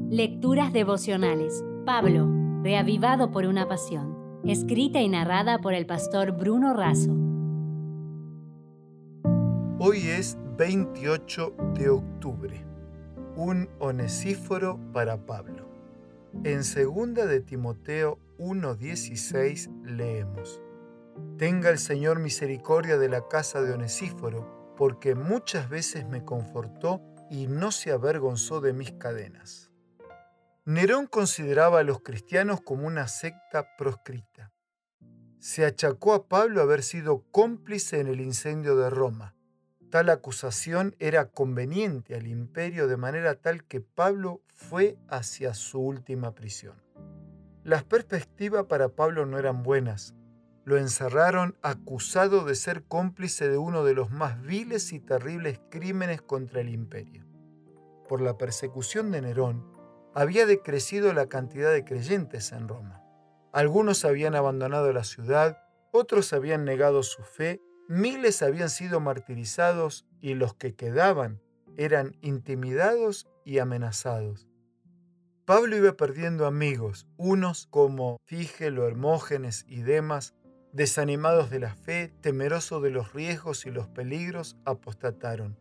Lecturas devocionales. Pablo, reavivado por una pasión. Escrita y narrada por el pastor Bruno Razo. Hoy es 28 de octubre. Un onesíforo para Pablo. En 2 de Timoteo 1:16 leemos: Tenga el Señor misericordia de la casa de Onesíforo, porque muchas veces me confortó y no se avergonzó de mis cadenas. Nerón consideraba a los cristianos como una secta proscrita. Se achacó a Pablo haber sido cómplice en el incendio de Roma. Tal acusación era conveniente al imperio de manera tal que Pablo fue hacia su última prisión. Las perspectivas para Pablo no eran buenas. Lo encerraron acusado de ser cómplice de uno de los más viles y terribles crímenes contra el imperio. Por la persecución de Nerón, había decrecido la cantidad de creyentes en Roma. Algunos habían abandonado la ciudad, otros habían negado su fe, miles habían sido martirizados y los que quedaban eran intimidados y amenazados. Pablo iba perdiendo amigos, unos como Fígelo, Hermógenes y Demas, desanimados de la fe, temerosos de los riesgos y los peligros, apostataron.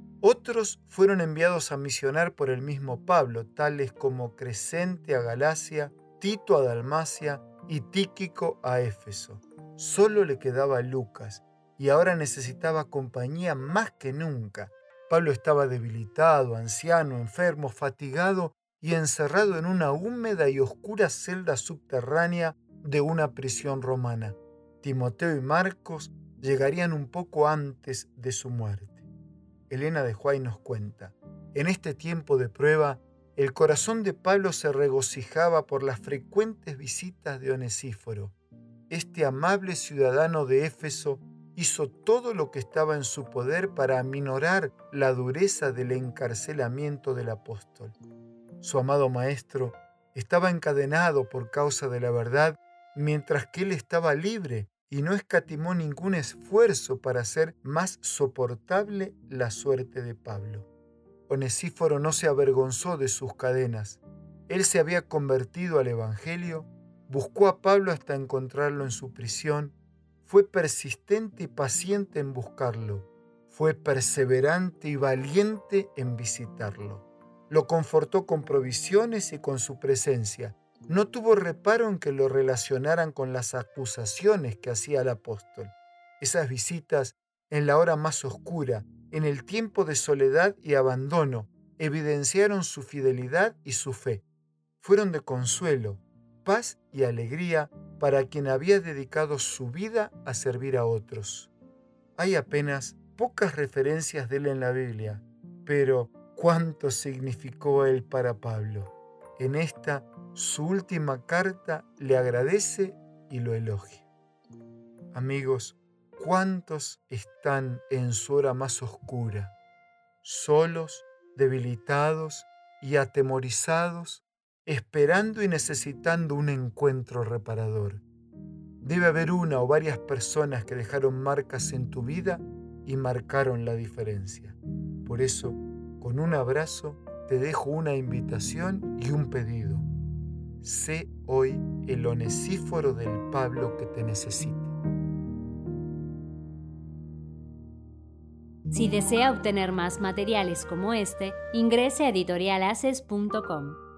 Otros fueron enviados a misionar por el mismo Pablo, tales como Crescente a Galacia, Tito a Dalmacia y Tíquico a Éfeso. Solo le quedaba Lucas, y ahora necesitaba compañía más que nunca. Pablo estaba debilitado, anciano, enfermo, fatigado y encerrado en una húmeda y oscura celda subterránea de una prisión romana. Timoteo y Marcos llegarían un poco antes de su muerte. Elena de Huay nos cuenta: en este tiempo de prueba, el corazón de Pablo se regocijaba por las frecuentes visitas de Onesíforo. Este amable ciudadano de Éfeso hizo todo lo que estaba en su poder para aminorar la dureza del encarcelamiento del apóstol. Su amado maestro estaba encadenado por causa de la verdad, mientras que él estaba libre, y no escatimó ningún esfuerzo para hacer más soportable la suerte de Pablo. Onesíforo no se avergonzó de sus cadenas. Él se había convertido al Evangelio, buscó a Pablo hasta encontrarlo en su prisión, fue persistente y paciente en buscarlo, fue perseverante y valiente en visitarlo. Lo confortó con provisiones y con su presencia. No tuvo reparo en que lo relacionaran con las acusaciones que hacía el apóstol. Esas visitas en la hora más oscura, en el tiempo de soledad y abandono, evidenciaron su fidelidad y su fe. Fueron de consuelo, paz y alegría para quien había dedicado su vida a servir a otros. Hay apenas pocas referencias de él en la Biblia, pero cuánto significó él para Pablo. En esta, su última carta, le agradece y lo elogia. Amigos, ¿cuántos están en su hora más oscura, solos, debilitados y atemorizados, esperando y necesitando un encuentro reparador? Debe haber una o varias personas que dejaron marcas en tu vida y marcaron la diferencia. Por eso, con un abrazo, te dejo una invitación y un pedido. Sé hoy el onesíforo del Pablo que te necesite. Si desea obtener más materiales como este, ingrese a editorialaces.com.